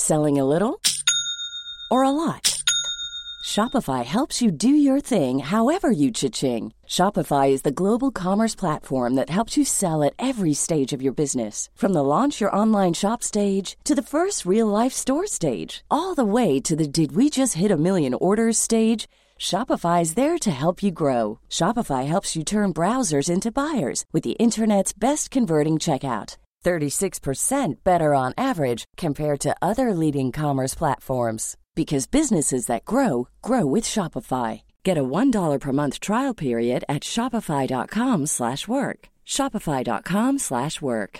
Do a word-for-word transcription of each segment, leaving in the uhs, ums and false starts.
Selling a little or a lot? Shopify helps you do your thing however you cha-ching. Shopify is the global commerce platform that helps you sell at every stage of your business. From the launch your online shop stage to the first real-life store stage, all the way to the did we just hit a million orders stage. Shopify is there to help you grow. Shopify helps you turn browsers into buyers with the internet's best converting checkout. thirty-six percent better on average compared to other leading commerce platforms. Because businesses that grow, grow with Shopify. Get a one dollar per month trial period at shopify.com slash work. Shopify.com slash work.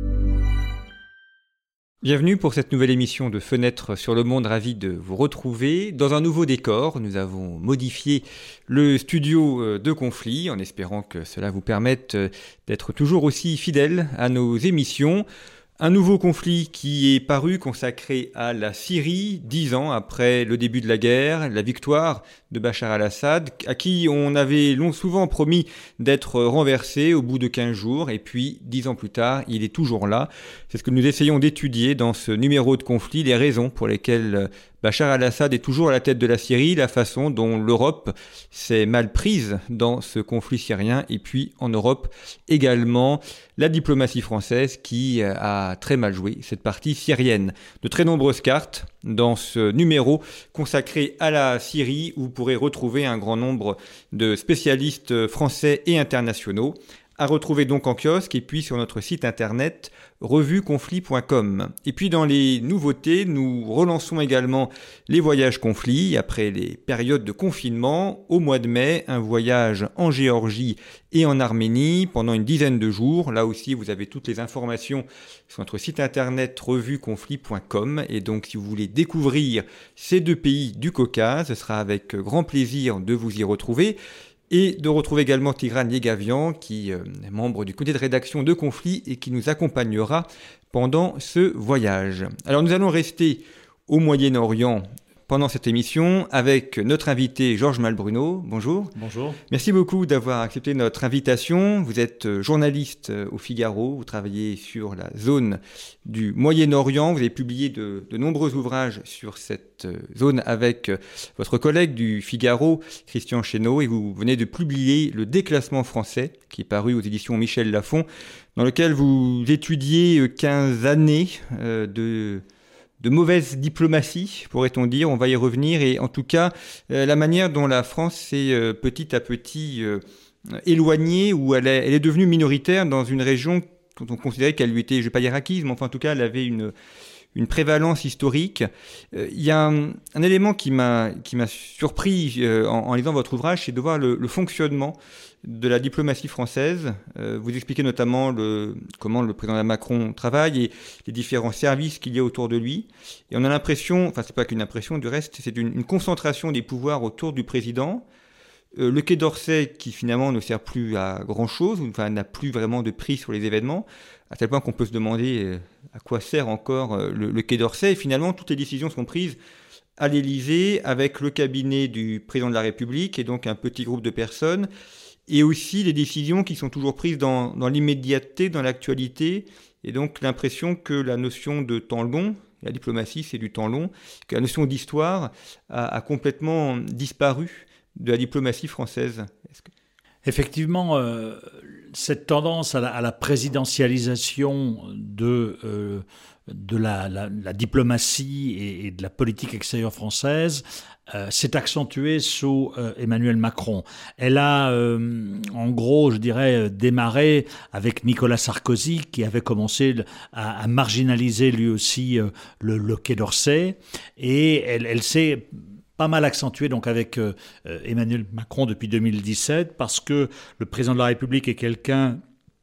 Bienvenue pour cette nouvelle émission de Fenêtre sur le monde, ravi de vous retrouver. Dans un nouveau décor, nous avons modifié le studio de Conflit en espérant que cela vous permette d'être toujours aussi fidèles à nos émissions. Un nouveau conflit qui est paru consacré à la Syrie, dix ans après le début de la guerre, la victoire de Bachar al-Assad, à qui on avait long, souvent promis d'être renversé au bout de quinze jours, et puis dix ans plus tard, il est toujours là. C'est ce que nous essayons d'étudier dans ce numéro de conflit, les raisons pour lesquelles Bachar al-Assad est toujours à la tête de la Syrie, la façon dont l'Europe s'est mal prise dans ce conflit syrien, et puis en Europe également la diplomatie française qui a très mal joué cette partie syrienne. De très nombreuses cartes dans ce numéro consacré à la Syrie où vous pourrez retrouver un grand nombre de spécialistes français et internationaux. À retrouver donc en kiosque et puis sur notre site internet revue conflit point com. Et puis dans les nouveautés, nous relançons également les voyages conflits après les périodes de confinement. Au mois de mai, un voyage en Géorgie et en Arménie pendant une dizaine de jours. Là aussi, vous avez toutes les informations sur notre site internet revue conflit point com. Et donc, si vous voulez découvrir ces deux pays du Caucase, ce sera avec grand plaisir de vous y retrouver. Et de retrouver également Tigran Yegavian, qui euh, est membre du comité de rédaction de Conflit et qui nous accompagnera pendant ce voyage. Alors nous allons rester au Moyen-Orient pendant cette émission avec notre invité Georges Malbruno. Bonjour. Bonjour. Merci beaucoup d'avoir accepté notre invitation. Vous êtes journaliste au Figaro, vous travaillez sur la zone du Moyen-Orient. Vous avez publié de, de nombreux ouvrages sur cette zone avec votre collègue du Figaro, Christian Chesneau, et vous venez de publier Le Déclassement français, qui est paru aux éditions Michel Lafon, dans lequel vous étudiez quinze années euh, de... de mauvaise diplomatie, pourrait-on dire. On va y revenir. Et en tout cas, euh, la manière dont la France s'est euh, petit à petit euh, éloignée, où elle est, elle est devenue minoritaire dans une région dont on considérait qu'elle lui était, je ne vais pas dire acquise, mais enfin en tout cas, elle avait une, une prévalence historique. Il euh, y a un, un élément qui m'a, qui m'a surpris euh, en, en lisant votre ouvrage, c'est de voir le, le fonctionnement de la diplomatie française. Euh, vous expliquez notamment le, comment le président Macron travaille et les différents services qu'il y a autour de lui. Et on a l'impression, enfin c'est pas qu'une impression, du reste, c'est une, une concentration des pouvoirs autour du président. Euh, le Quai d'Orsay qui finalement ne sert plus à grand-chose, enfin n'a plus vraiment de prise sur les événements, à tel point qu'on peut se demander euh, à quoi sert encore euh, le, le Quai d'Orsay. Et finalement, toutes les décisions sont prises à l'Élysée avec le cabinet du président de la République et donc un petit groupe de personnes. Et aussi des décisions qui sont toujours prises dans, dans l'immédiateté, dans l'actualité, et donc l'impression que la notion de temps long, la diplomatie c'est du temps long, que la notion d'histoire a, a complètement disparu de la diplomatie française. Est-ce que... Effectivement, euh, cette tendance à la, à la présidentialisation de, euh, de la, la, la diplomatie et, et de la politique extérieure française Euh, s'est accentuée sous euh, Emmanuel Macron. Elle a, euh, en gros, je dirais, démarré avec Nicolas Sarkozy, qui avait commencé à, à marginaliser lui aussi euh, le, le Quai d'Orsay, et elle, elle s'est pas mal accentuée donc avec euh, Emmanuel Macron depuis deux mille dix-sept, parce que le président de la République est quelqu'un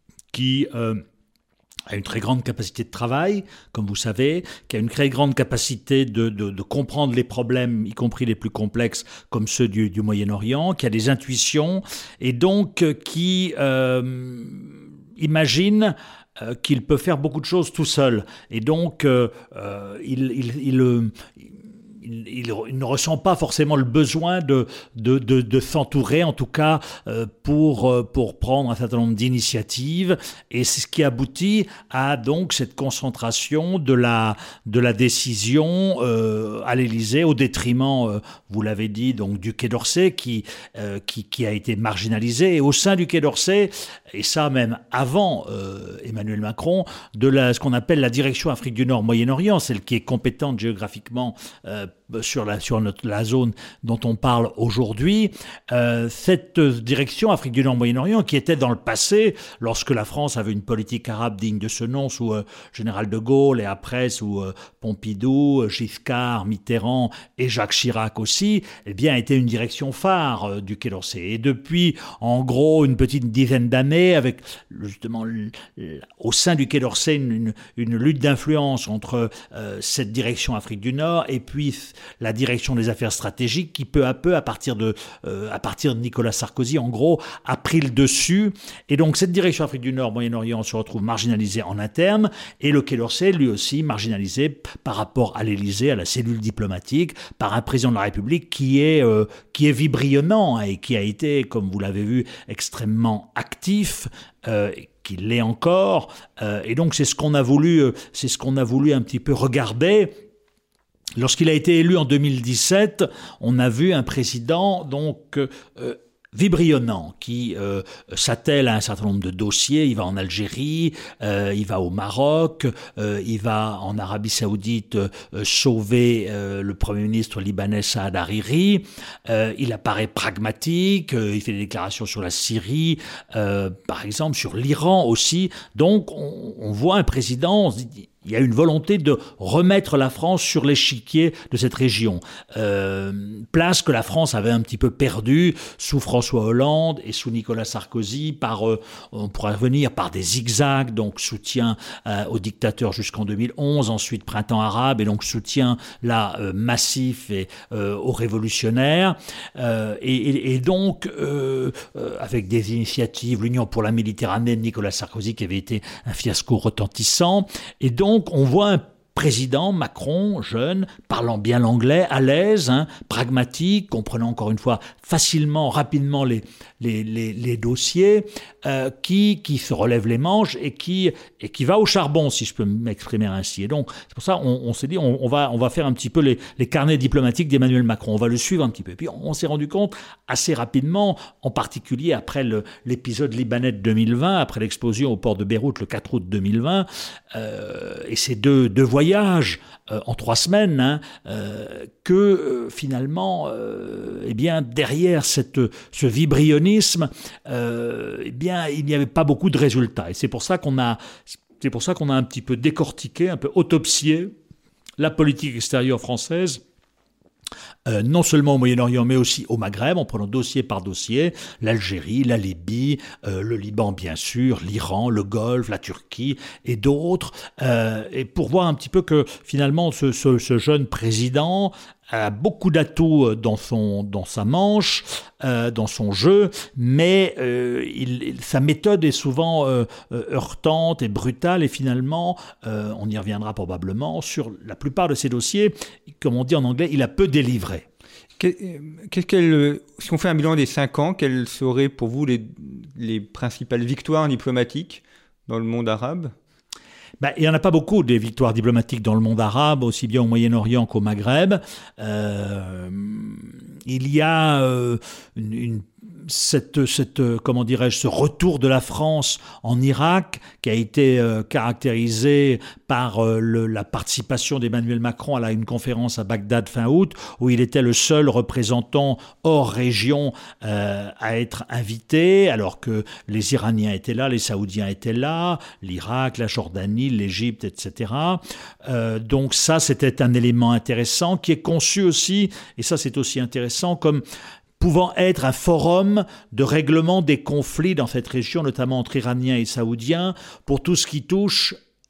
qui euh, a une très grande capacité de travail, comme vous savez, qui a une très grande capacité de, de, de comprendre les problèmes, y compris les plus complexes, comme ceux du, du Moyen-Orient, qui a des intuitions, et donc euh, qui euh, imagine euh, qu'il peut faire beaucoup de choses tout seul. Et donc, euh, euh, il... il, il euh, il, il, il ne ressent pas forcément le besoin de, de, de, de s'entourer, en tout cas euh, pour, euh, pour prendre un certain nombre d'initiatives. Et c'est ce qui aboutit à donc cette concentration de la, de la décision euh, à l'Élysée au détriment, euh, vous l'avez dit, donc du Quai d'Orsay qui, euh, qui, qui a été marginalisé. Et au sein du Quai d'Orsay, et ça même avant euh, Emmanuel Macron, de la, ce qu'on appelle la direction Afrique du Nord, Moyen-Orient, celle qui est compétente géographiquement euh, sur, la, sur notre, la zone dont on parle aujourd'hui. Euh, cette direction Afrique du Nord, Moyen-Orient, qui était dans le passé, lorsque la France avait une politique arabe digne de ce nom, sous euh, Général de Gaulle, et après sous euh, Pompidou, Giscard, Mitterrand et Jacques Chirac aussi, eh bien, était une direction phare euh, du Quai d'Orsay. Et depuis, en gros, une petite dizaine d'années, avec justement au sein du Quai d'Orsay une, une, une lutte d'influence entre euh, cette direction Afrique du Nord et puis la direction des affaires stratégiques qui peu à peu, à partir de, euh, à partir de Nicolas Sarkozy, en gros, a pris le dessus. Et donc cette direction Afrique du Nord, Moyen-Orient se retrouve marginalisée en interne et le Quai d'Orsay, lui aussi, marginalisé par rapport à l'Élysée, à la cellule diplomatique, par un président de la République qui est, euh, qui est vibrionnant et qui a été, comme vous l'avez vu, extrêmement actif, euh, qui l'est encore. Euh, et donc c'est ce qu'on a voulu, euh, c'est ce qu'on a voulu un petit peu regarder. Lorsqu'il a été élu en deux mille dix-sept, on a vu un président donc euh, vibrionnant, qui euh, s'attelle à un certain nombre de dossiers. Il va en Algérie, euh, il va au Maroc, euh, il va en Arabie Saoudite euh, sauver euh, le Premier ministre libanais Saad Hariri. Euh, il apparaît pragmatique, euh, il fait des déclarations sur la Syrie, euh, par exemple, sur l'Iran aussi. Donc on, on voit un président, on se dit, il y a une volonté de remettre la France sur l'échiquier de cette région. Euh, place que la France avait un petit peu perdue sous François Hollande et sous Nicolas Sarkozy, par, euh, on pourrait revenir par des zigzags, donc soutien euh, aux dictateurs jusqu'en deux mille onze, ensuite printemps arabe, et donc soutien là euh, massif et, euh, aux révolutionnaires. Euh, et, et, et donc, euh, euh, avec des initiatives, l'Union pour la Méditerranée de Nicolas Sarkozy, qui avait été un fiasco retentissant. Et donc, Donc, on voit un président Macron, jeune, parlant bien l'anglais, à l'aise, hein, pragmatique, comprenant encore une fois facilement, rapidement les, les, les, les dossiers, euh, qui, qui se relève les manches et qui, et qui va au charbon, si je peux m'exprimer ainsi. Et donc, c'est pour ça on, on s'est dit, on, on, va, on va faire un petit peu les, les carnets diplomatiques d'Emmanuel Macron. On va le suivre un petit peu. Et puis, on, on s'est rendu compte assez rapidement, en particulier après le, l'épisode libanais de deux mille vingt, après l'explosion au port de Beyrouth le quatre août deux mille vingt, euh, et ces deux, deux voyages euh, en trois semaines, hein, euh, que euh, finalement, euh, eh bien, derrière cette, ce vibrionnisme, euh, eh bien, il n'y avait pas beaucoup de résultats. Et c'est pour ça qu'on a, c'est pour ça qu'on a un petit peu décortiqué, un peu autopsié la politique extérieure française. Euh, non seulement au Moyen-Orient, mais aussi au Maghreb, en prenant dossier par dossier, l'Algérie, la Libye, euh, le Liban bien sûr, l'Iran, le Golfe, la Turquie et d'autres, euh, et pour voir un petit peu que finalement ce, ce, ce jeune président a beaucoup d'atouts dans son dans sa manche, euh, dans son jeu, mais euh, il, sa méthode est souvent euh, heurtante et brutale, et finalement, euh, on y reviendra probablement, sur la plupart de ces dossiers, comme on dit en anglais, il a peu délivré. Qu'est-ce qu'elle, si on fait un bilan des cinq ans, quelles seraient pour vous les, les principales victoires diplomatiques dans le monde arabe ? Ben, il n'y en a pas beaucoup des victoires diplomatiques dans le monde arabe, aussi bien au Moyen-Orient qu'au Maghreb. Euh, il y a euh, une, une Cette, cette, comment dirais-je, ce retour de la France en Irak, qui a été euh, caractérisé par euh, le, la participation d'Emmanuel Macron à la, une conférence à Bagdad fin août, où il était le seul représentant hors région euh, à être invité, alors que les Iraniens étaient là, les Saoudiens étaient là, l'Irak, la Jordanie, l'Égypte, et cetera. Euh, donc ça, c'était un élément intéressant qui est conçu aussi, et ça c'est aussi intéressant, comme pouvant être un forum de règlement des conflits dans cette région, notamment entre Iraniens et Saoudiens, pour tout ce qui touche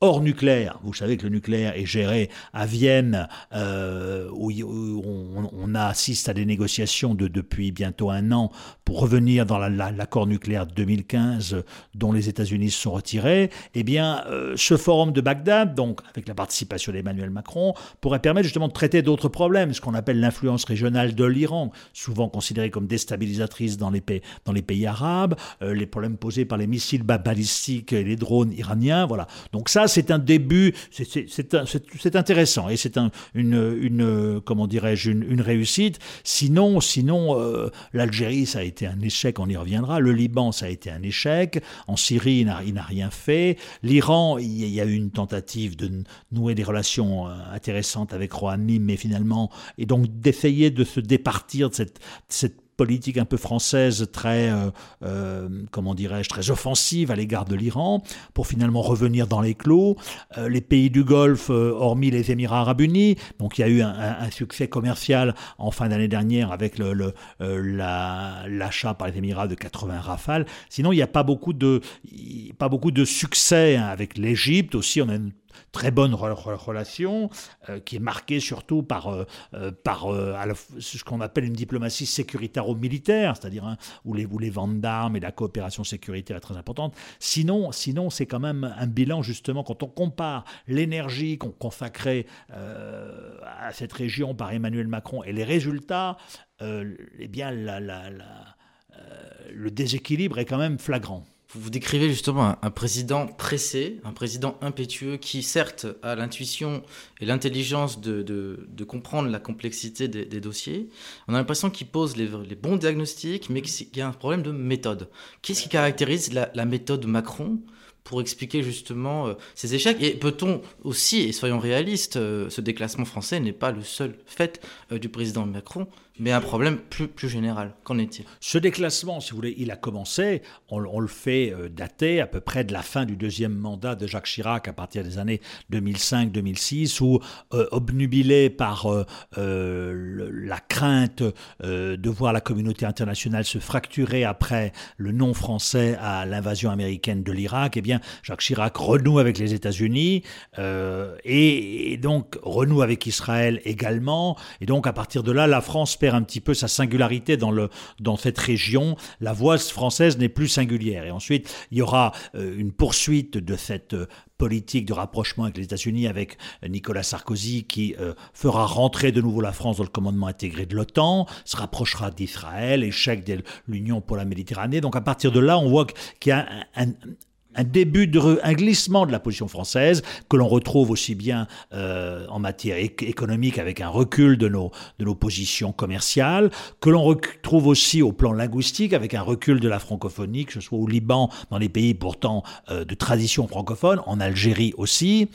hors nucléaire. Vous savez que le nucléaire est géré à Vienne, euh, où, où on, on assiste à des négociations de, depuis bientôt un an pour revenir dans la, la, l'accord nucléaire de deux mille quinze dont les États-Unis se sont retirés. Eh bien, euh, ce forum de Bagdad, donc avec la participation d'Emmanuel Macron, pourrait permettre justement de traiter d'autres problèmes, ce qu'on appelle l'influence régionale de l'Iran, souvent considérée comme déstabilisatrice dans les pays, dans les pays arabes, euh, les problèmes posés par les missiles balistiques et les drones iraniens. Voilà. Donc ça, c'est un début, c'est, c'est, c'est, un, c'est, c'est intéressant et c'est un, une, une, comment dirais-je, une, une réussite. Sinon, sinon euh, l'Algérie, ça a été un échec, on y reviendra. Le Liban, ça a été un échec. En Syrie, il n'a, il n'a rien fait. L'Iran, il y a eu une tentative de nouer des relations intéressantes avec Rouhani, mais finalement, et donc d'essayer de se départir de cette, cette politique un peu française très, euh, euh, comment dirais-je, très offensive à l'égard de l'Iran, pour finalement revenir dans les clous. Euh, les pays du Golfe, euh, hormis les Émirats arabes unis, donc il y a eu un, un, un succès commercial en fin d'année dernière avec le, le, euh, la, l'achat par les Émirats de quatre-vingts Rafales. Sinon, il n'y a pas beaucoup de, pas beaucoup de succès hein, avec l'Égypte aussi. On a une très bonne re- relation euh, qui est marquée surtout par, euh, par euh, à la, ce qu'on appelle une diplomatie sécuritaire-militaire, c'est-à-dire hein, où, les, où les ventes d'armes et la coopération sécuritaire est très importante. Sinon, sinon, c'est quand même un bilan, justement, quand on compare l'énergie qu'on consacrait euh, à cette région par Emmanuel Macron et les résultats, euh, eh bien, la, la, la, euh, le déséquilibre est quand même flagrant. Vous décrivez justement un, un président pressé, un président impétueux qui certes a l'intuition et l'intelligence de, de, de comprendre la complexité des, des dossiers. On a l'impression qu'il pose les, les bons diagnostics, mais qu'il y a un problème de méthode. Qu'est-ce qui caractérise la, la méthode Macron pour expliquer justement euh, ces échecs? Et peut-on aussi, et soyons réalistes, euh, ce déclassement français n'est pas le seul fait euh, du président Macron, mais un problème plus, plus général. Qu'en est-il? Ce déclassement, si vous voulez, il a commencé, on, on le fait euh, dater à peu près de la fin du deuxième mandat de Jacques Chirac à partir des années deux mille cinq deux mille six, où, euh, obnubilé par euh, euh, le, la crainte euh, de voir la communauté internationale se fracturer après le non français à l'invasion américaine de l'Irak, eh bien, Jacques Chirac renoue avec les États-Unis euh, et, et donc renoue avec Israël également. Et donc, à partir de là, la France perd un petit peu sa singularité dans, le, dans cette région. La voix française n'est plus singulière. Et ensuite, il y aura euh, une poursuite de cette euh, politique de rapprochement avec les États-Unis, avec Nicolas Sarkozy, qui euh, fera rentrer de nouveau la France dans le commandement intégré de l'OTAN, se rapprochera d'Israël, échec de l'Union pour la Méditerranée. Donc, à partir de là, on voit qu'il y a un, un un début, de re, un glissement de la position française que l'on retrouve aussi bien euh, en matière é- économique avec un recul de nos, de nos positions commerciales, que l'on retrouve aussi au plan linguistique avec un recul de la francophonie, que ce soit au Liban, dans les pays pourtant euh, de tradition francophone, en Algérie aussi.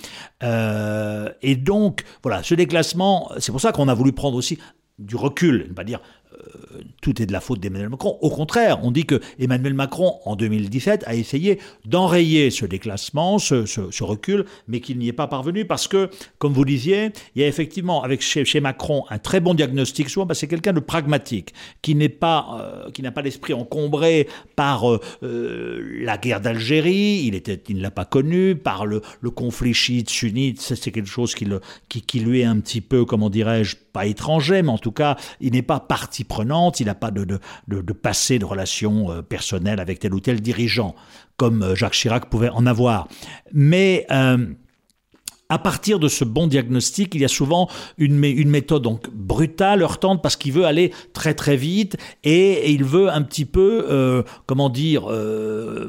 Euh, et donc, voilà, ce déclassement, c'est pour ça qu'on a voulu prendre aussi du recul, ne pas dire euh, tout est de la faute d'Emmanuel Macron. Au contraire, on dit que Emmanuel Macron, en deux mille dix-sept, a essayé d'enrayer ce déclassement, ce, ce, ce recul, mais qu'il n'y est pas parvenu parce que, comme vous disiez, il y a effectivement, avec chez, chez Macron, un très bon diagnostic. Souvent, bah, c'est quelqu'un de pragmatique, qui n'est pas, euh, qui n'a pas l'esprit encombré par euh, la guerre d'Algérie. Il était, il ne l'a pas connu, par le, le conflit chiite-sunnite. C'est, c'est quelque chose qui, le, qui, qui lui est un petit peu, comment dirais-je, pas étranger, mais en tout cas, il n'est pas partie prenante, il n'a pas de, de, de, de passé de relations euh, personnelles avec tel ou tel dirigeant, comme euh, Jacques Chirac pouvait en avoir. Mais euh, à partir de ce bon diagnostic, il y a souvent une, une méthode donc brutale, heurtante, parce qu'il veut aller très très vite et, et il veut un petit peu, euh, comment dire... Euh,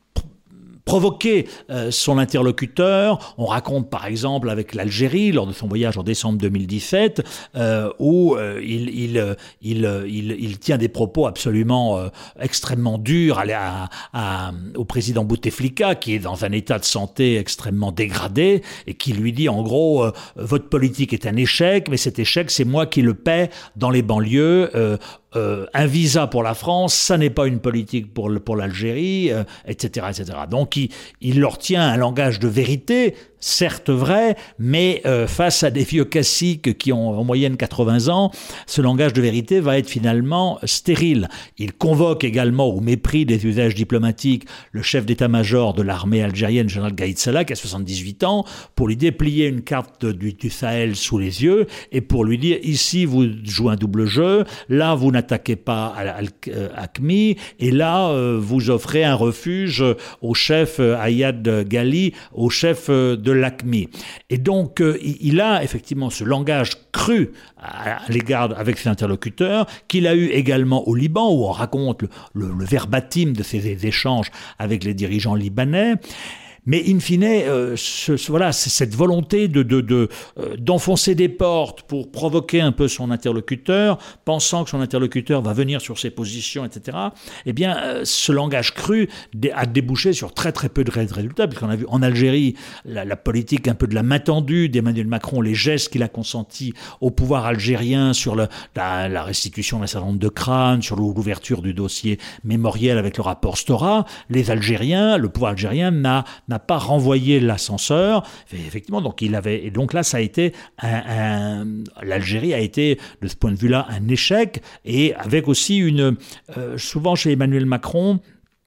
provoquer euh, son interlocuteur. On raconte par exemple avec l'Algérie, lors de son voyage en décembre deux mille dix-sept, euh, où euh, il, il, il, il, il tient des propos absolument euh, extrêmement durs à, à, à, au président Bouteflika, qui est dans un état de santé extrêmement dégradé, et qui lui dit en gros, euh, votre politique est un échec, mais cet échec, c'est moi qui le paie dans les banlieues, euh, euh, un visa pour la France, ça n'est pas une politique pour, le, pour l'Algérie, euh, et cetera, et cetera. Donc il, il leur tient un langage de vérité, certes vrai, mais euh, face à des vieux classiques qui ont en moyenne quatre-vingts ans, ce langage de vérité va être finalement stérile. Il convoque également, au mépris des usages diplomatiques, le chef d'état-major de l'armée algérienne, général Gaïd Salah, qui a soixante-dix-huit ans, pour lui déplier une carte du, du Sahel sous les yeux et pour lui dire, ici vous jouez un double jeu, là vous n'attaquez pas à, à, à Acmi, et là euh, vous offrez un refuge au chef euh, Ayad Ghali, au chef euh, de l'Acmi. Et donc euh, il a effectivement ce langage cru à, à l'égard avec ses interlocuteurs, qu'il a eu également au Liban, où on raconte le, le, le verbatim de ses échanges avec les dirigeants libanais. Mais in fine, euh, ce, ce, voilà, c'est cette volonté de, de, de, euh, d'enfoncer des portes pour provoquer un peu son interlocuteur, pensant que son interlocuteur va venir sur ses positions, et cetera. Eh bien, euh, ce langage cru a débouché sur très très peu de résultats, puisqu'on a vu en Algérie la, la politique un peu de la main tendue d'Emmanuel Macron, les gestes qu'il a consentis au pouvoir algérien sur le, la, la restitution d'un certain nombre de crânes, sur l'ouverture du dossier mémoriel avec le rapport Stora. Les Algériens, le pouvoir algérien n'a, n'a pas renvoyé l'ascenseur, effectivement, donc il avait, et donc là ça a été un, un, l'Algérie a été de ce point de vue-là un échec, et avec aussi une, euh, souvent chez Emmanuel Macron,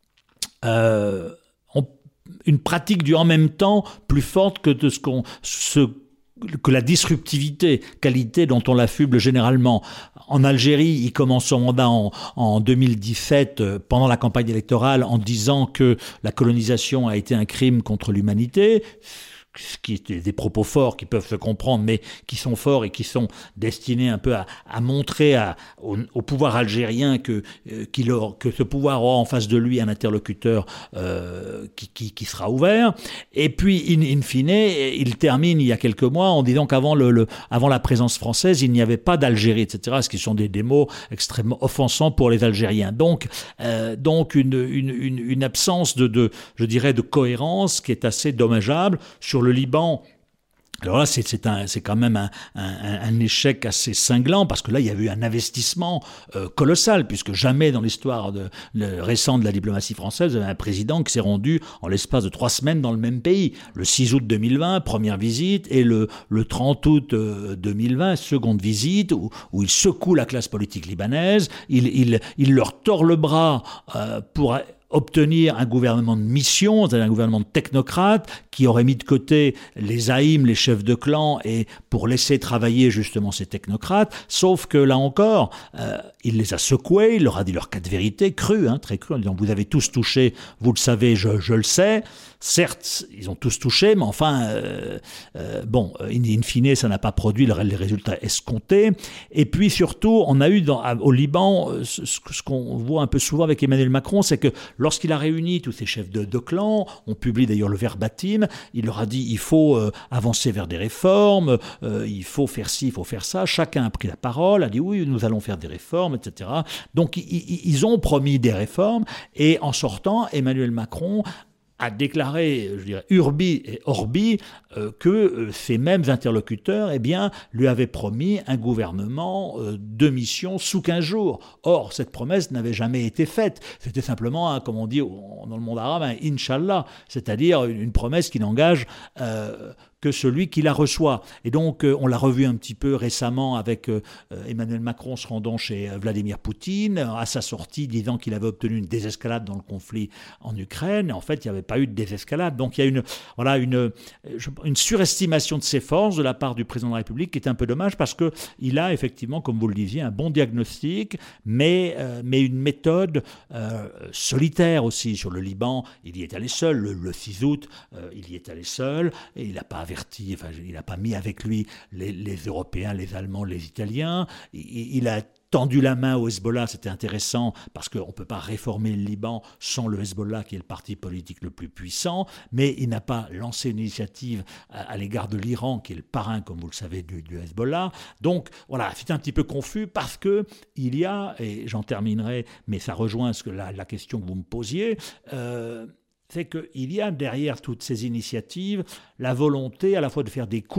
euh, on, une pratique du en même temps plus forte que de ce qu'on, ce que la disruptivité, qualité dont on l'affuble généralement. En Algérie, il commence son mandat en, en deux mille dix-sept, euh, pendant la campagne électorale, en disant que la colonisation a été un crime contre l'humanité, ce qui est des propos forts qui peuvent se comprendre, mais qui sont forts et qui sont destinés un peu à, à montrer à, au, au pouvoir algérien que, euh, qu'il aura, que ce pouvoir aura en face de lui un interlocuteur euh, qui, qui, qui sera ouvert. Et puis, in, in fine, il termine il y a quelques mois en disant qu'avant le, le, avant la présence française, il n'y avait pas d'Algérie, et cetera, ce qui sont des, des mots extrêmement offensants pour les Algériens. Donc, euh, donc une, une, une, une absence de, de, je dirais, de cohérence qui est assez dommageable. Sur le Liban, alors là, c'est, c'est, un, c'est quand même un, un, un échec assez cinglant, parce que là, il y a eu un investissement euh, colossal, puisque jamais dans l'histoire de, de, récente de la diplomatie française, il y avait un président qui s'est rendu en l'espace de trois semaines dans le même pays. Le six août deux mille vingt, première visite, et le, le trente août deux mille vingt, seconde visite, où, où il secoue la classe politique libanaise, il, il, il leur tord le bras euh, pour obtenir un gouvernement de mission, c'est-à-dire un gouvernement de technocrates qui aurait mis de côté les zaïms, les chefs de clan, et pour laisser travailler justement ces technocrates, sauf que là encore, euh, il les a secoués, il leur a dit leur cas de vérité, cru, hein, très cru, en disant « vous avez tous touché, vous le savez, je, je le sais ». Certes, ils ont tous touché, mais enfin, euh, euh, bon, in, in fine, ça n'a pas produit les résultats escomptés. Et puis surtout, on a eu dans, au Liban, ce, ce qu'on voit un peu souvent avec Emmanuel Macron, c'est que lorsqu'il a réuni tous ces chefs de, de clan, on publie d'ailleurs le verbatim, il leur a dit il faut euh, avancer vers des réformes, euh, il faut faire ci, il faut faire ça. Chacun a pris la parole, a dit oui, nous allons faire des réformes, et cetera. Donc ils, ils ont promis des réformes, et en sortant, Emmanuel Macron a déclaré, je dirais, urbi et orbi, euh, que euh, ces mêmes interlocuteurs, eh bien, lui avaient promis un gouvernement euh, de mission sous quinze jours. Or, cette promesse n'avait jamais été faite. C'était simplement, hein, comme on dit dans le monde arabe, un Inch'Allah, c'est-à-dire une, une promesse qui n'engage euh, que celui qui la reçoit. Et donc, euh, on l'a revu un petit peu récemment avec euh, Emmanuel Macron se rendant chez euh, Vladimir Poutine, à sa sortie disant qu'il avait obtenu une désescalade dans le conflit en Ukraine. Et en fait, il n'y avait pas eu de désescalade. Donc, il y a une, voilà, une, une surestimation de ses forces de la part du président de la République qui est un peu dommage, parce qu'il a effectivement, comme vous le disiez, un bon diagnostic, mais, euh, mais une méthode euh, solitaire aussi. Sur le Liban, il y est allé seul. Le, le six août, euh, il y est allé seul. Et il n'a pas averti, enfin, il n'a pas mis avec lui les, les Européens, les Allemands, les Italiens. Il, il a tendu la main au Hezbollah, c'était intéressant, parce qu'on ne peut pas réformer le Liban sans le Hezbollah, qui est le parti politique le plus puissant, mais il n'a pas lancé une initiative à, à l'égard de l'Iran, qui est le parrain, comme vous le savez, du, du Hezbollah. Donc voilà, c'est un petit peu confus, parce qu'il y a, et j'en terminerai, mais ça rejoint ce que la, la question que vous me posiez, euh, c'est qu'il y a derrière toutes ces initiatives la volonté à la fois de faire des coups,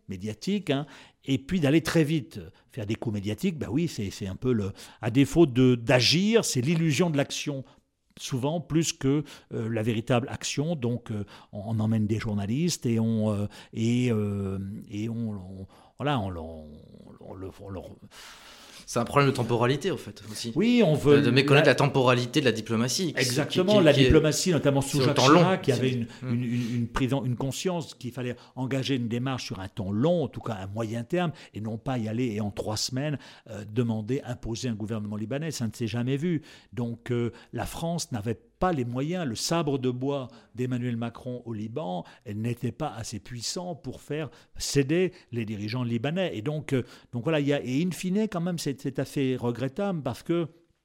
médiatique, hein, et puis d'aller très vite. Faire des coups médiatiques, ben oui, c'est, c'est un peu le... À défaut de, d'agir, c'est l'illusion de l'action, souvent plus que euh, la véritable action. Donc, euh, on, on emmène des journalistes et on... Euh, et, euh, et on, on voilà, on, on, on, on, on, on C'est un problème de temporalité, en fait, aussi. Oui, on veut... De, de méconnaître la... la temporalité de la diplomatie. Exactement, qui, qui, la qui diplomatie, est... notamment sous Jacques Chirac, qui avait une, mmh. une, une, une, prison, une conscience qu'il fallait engager une démarche sur un temps long, en tout cas un moyen terme, et non pas y aller et en trois semaines euh, demander, imposer un gouvernement libanais. Ça ne s'est jamais vu. Donc euh, la France n'avait pas les moyens. Le sabre de bois d'Emmanuel Macron au Liban, elle n'était pas assez puissant pour faire céder les dirigeants libanais. Et donc, euh, donc voilà, il y a, et in fine, quand même, c'est, c'est assez regrettable parce que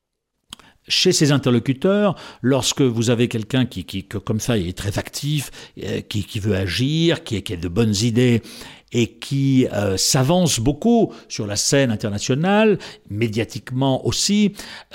chez ses interlocuteurs, lorsque vous avez quelqu'un qui, qui comme ça, est très actif, euh, qui, qui veut agir, qui, qui a de bonnes idées et qui euh, s'avance beaucoup sur la scène internationale, médiatiquement aussi,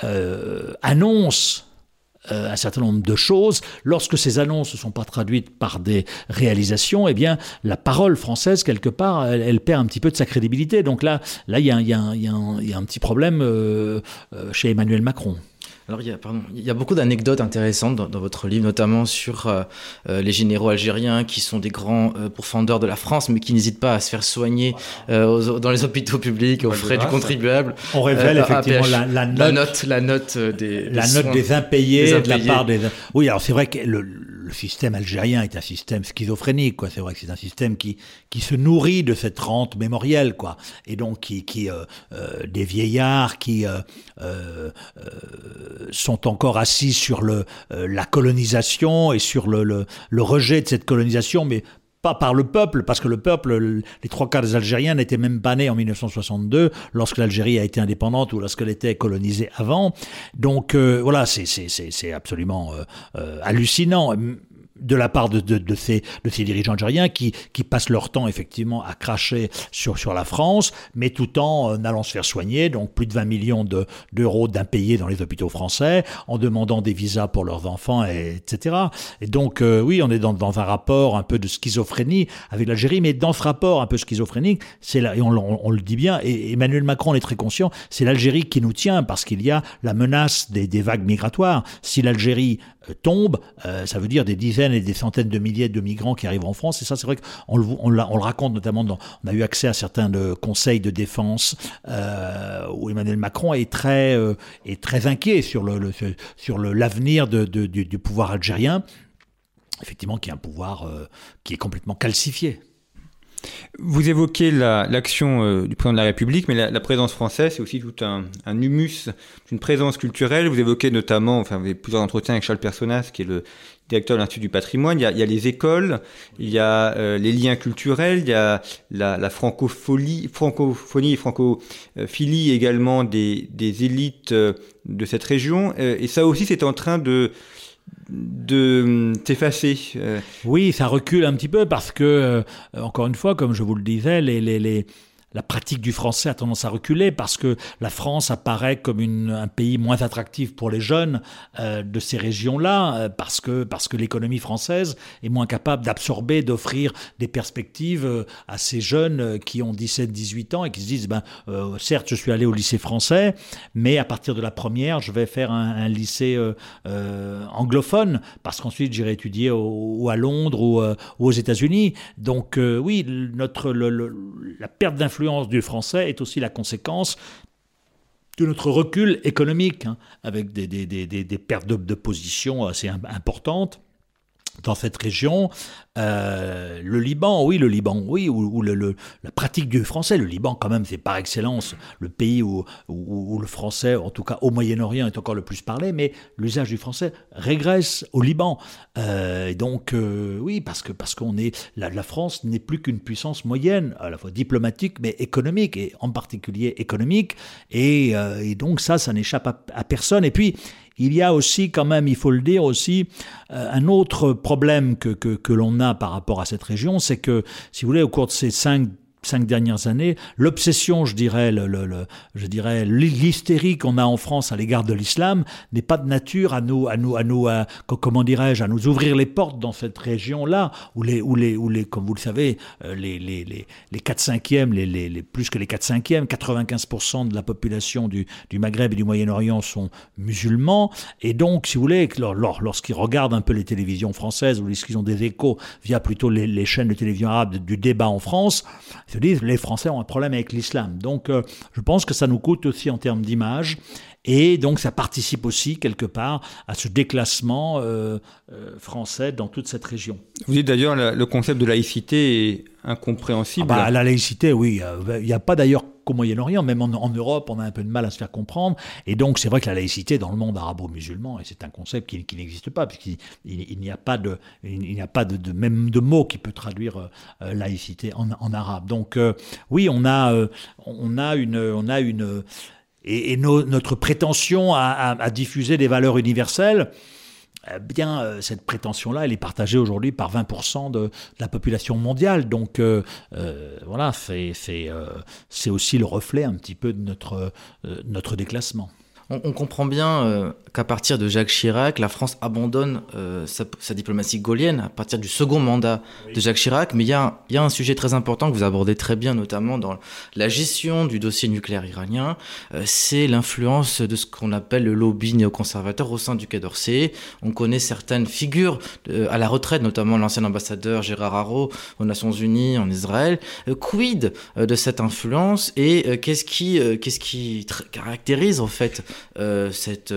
euh, annonce Euh, un certain nombre de choses. Lorsque ces annonces ne sont pas traduites par des réalisations, eh bien, la parole française, quelque part, elle, elle perd un petit peu de sa crédibilité. Donc là, là, il y a, y a, y a, un, y a un petit problème euh, euh, chez Emmanuel Macron. Alors, il y a, pardon, il y a beaucoup d'anecdotes intéressantes dans, dans votre livre, notamment sur euh, euh, les généraux algériens qui sont des grands euh, pourfendeurs de la France, mais qui n'hésitent pas à se faire soigner euh, aux, dans les hôpitaux publics aux frais du contribuable. On révèle euh, effectivement la, la, note, la note, la note des, la des note soins, des impayés, des impayés de la part des. Oui, alors c'est vrai que le, le système algérien est un système schizophrénique, quoi. C'est vrai que c'est un système qui qui se nourrit de cette rente mémorielle, quoi, et donc qui qui euh, euh, des vieillards qui euh, euh, euh, sont encore assis sur le, euh, la colonisation et sur le, le, le rejet de cette colonisation, mais pas par le peuple, parce que le peuple, le, les trois quarts des Algériens n'étaient même pas nés en dix-neuf cent soixante-deux, lorsque l'Algérie a été indépendante ou lorsqu'elle était colonisée avant. Donc euh, voilà, c'est, c'est, c'est, c'est absolument euh, euh, hallucinant de la part de, de, de, ces, de ces dirigeants algériens qui, qui passent leur temps effectivement à cracher sur, sur la France, mais tout en euh, allant se faire soigner, donc plus de vingt millions de, d'euros d'impayés dans les hôpitaux français, en demandant des visas pour leurs enfants, et, etc. Et donc euh, oui, on est dans, dans un rapport un peu de schizophrénie avec l'Algérie, mais dans ce rapport un peu schizophrénique, c'est là, et on, on, on le dit bien, et Emmanuel Macron en est très conscient, c'est l'Algérie qui nous tient, parce qu'il y a la menace des, des vagues migratoires. Si l'Algérie tombe, euh, ça veut dire des dizaines et des centaines de milliers de migrants qui arrivent en France. Et ça, c'est vrai qu'on le, on, on le raconte notamment dans... On a eu accès à certains de conseils de défense euh, où Emmanuel Macron est très, euh, est très inquiet sur, le, le, sur le, l'avenir de, de, du, du pouvoir algérien. Effectivement, qui est un pouvoir euh, qui est complètement calcifié. Vous évoquez la, l'action euh, du président de la République, mais la, la présence française, c'est aussi tout un, un humus, une présence culturelle. Vous évoquez notamment, enfin, vous avez plusieurs entretiens avec Charles Personnaz, qui est le directeur de l'Institut du patrimoine. Il y a, il y a les écoles, il y a euh, les liens culturels, il y a la, la francophonie, francophonie et francophilie également des, des élites euh, de cette région. Euh, et ça aussi, c'est en train de... de t'effacer. Oui, ça recule un petit peu parce que, euh, encore une fois, comme je vous le disais, les, les, les, la pratique du français a tendance à reculer parce que la France apparaît comme une, un pays moins attractif pour les jeunes euh, de ces régions-là, euh, parce que, parce que l'économie française est moins capable d'absorber, d'offrir des perspectives euh, à ces jeunes euh, qui ont dix-sept dix-huit ans et qui se disent, ben, euh, certes, je suis allé au lycée français, mais à partir de la première, je vais faire un, un lycée euh, euh, anglophone, parce qu'ensuite, j'irai étudier au, ou à Londres ou, euh, ou aux États-Unis. Donc, euh, oui, notre, le, le, la perte d'influence du français est aussi la conséquence de notre recul économique, hein, avec des, des, des, des pertes de, de position assez importantes dans cette région. Euh, le Liban, oui, le Liban, oui, ou, ou le, le, la pratique du français. Le Liban, quand même, c'est par excellence le pays où, où, où le français, en tout cas au Moyen-Orient, est encore le plus parlé, mais l'usage du français régresse au Liban. Euh, et donc, euh, oui, parce que parce qu'on est, la, la France n'est plus qu'une puissance moyenne, à la fois diplomatique, mais économique, et en particulier économique. Et, euh, et donc ça, ça n'échappe à, à personne. Et puis, il y a aussi, quand même, il faut le dire aussi, euh, un autre problème que, que, que l'on a par rapport à cette région, c'est que, si vous voulez, au cours de ces cinq cinq dernières années, l'obsession, je dirais, le, le, le, je dirais, l'hystérie qu'on a en France à l'égard de l'islam n'est pas de nature à nous, à nous, à nous, à, comment dirais-je, à nous ouvrir les portes dans cette région-là où les, où les, où les, comme vous le savez, les, les, les, les quatre cinquièmes, les, les, les, plus que les quatre cinquièmes, quatre-vingt-quinze pour cent de la population du, du Maghreb et du Moyen-Orient sont musulmans, et donc, si vous voulez, lors, lorsqu'ils regardent un peu les télévisions françaises ou lorsqu'ils ont des échos via plutôt les, les chaînes de télévision arabes du débat en France, ils se disent les Français ont un problème avec l'islam. Donc euh, je pense que ça nous coûte aussi en termes d'image, et donc ça participe aussi quelque part à ce déclassement euh, euh, français dans toute cette région. Vous dites d'ailleurs le, le concept de laïcité est incompréhensible. Ah bah, la laïcité, oui, il n'y a pas d'ailleurs qu'au Moyen-Orient, même en, en Europe, on a un peu de mal à se faire comprendre. Et donc, c'est vrai que la laïcité dans le monde arabo-musulman, et c'est un concept qui, qui n'existe pas, puisqu'il il, il n'y a pas de, il n'y a pas de, de même de mot qui peut traduire euh, laïcité en, en arabe. Donc, euh, oui, on a, euh, on a une, on a une, et, et no, notre prétention à, à, à diffuser des valeurs universelles. Eh bien, euh, cette prétention-là, elle est partagée aujourd'hui par vingt pour cent de, de la population mondiale. Donc, euh, euh, voilà, c'est, c'est, euh, c'est aussi le reflet un petit peu de notre, euh, notre déclassement. On, on comprend bien euh, qu'à partir de Jacques Chirac, la France abandonne euh, sa, sa diplomatie gaullienne à partir du second mandat oui. de Jacques Chirac. Mais il y a, y a un sujet très important que vous abordez très bien, notamment dans la gestion du dossier nucléaire iranien. Euh, c'est l'influence de ce qu'on appelle le lobby néoconservateur au sein du Quai d'Orsay. On connaît certaines figures euh, à la retraite, notamment l'ancien ambassadeur Gérard Haro aux Nations Unies, en Israël. Euh, quid euh, de cette influence et euh, qu'est-ce qui, euh, qu'est-ce qui tr- caractérise en fait Euh, cette,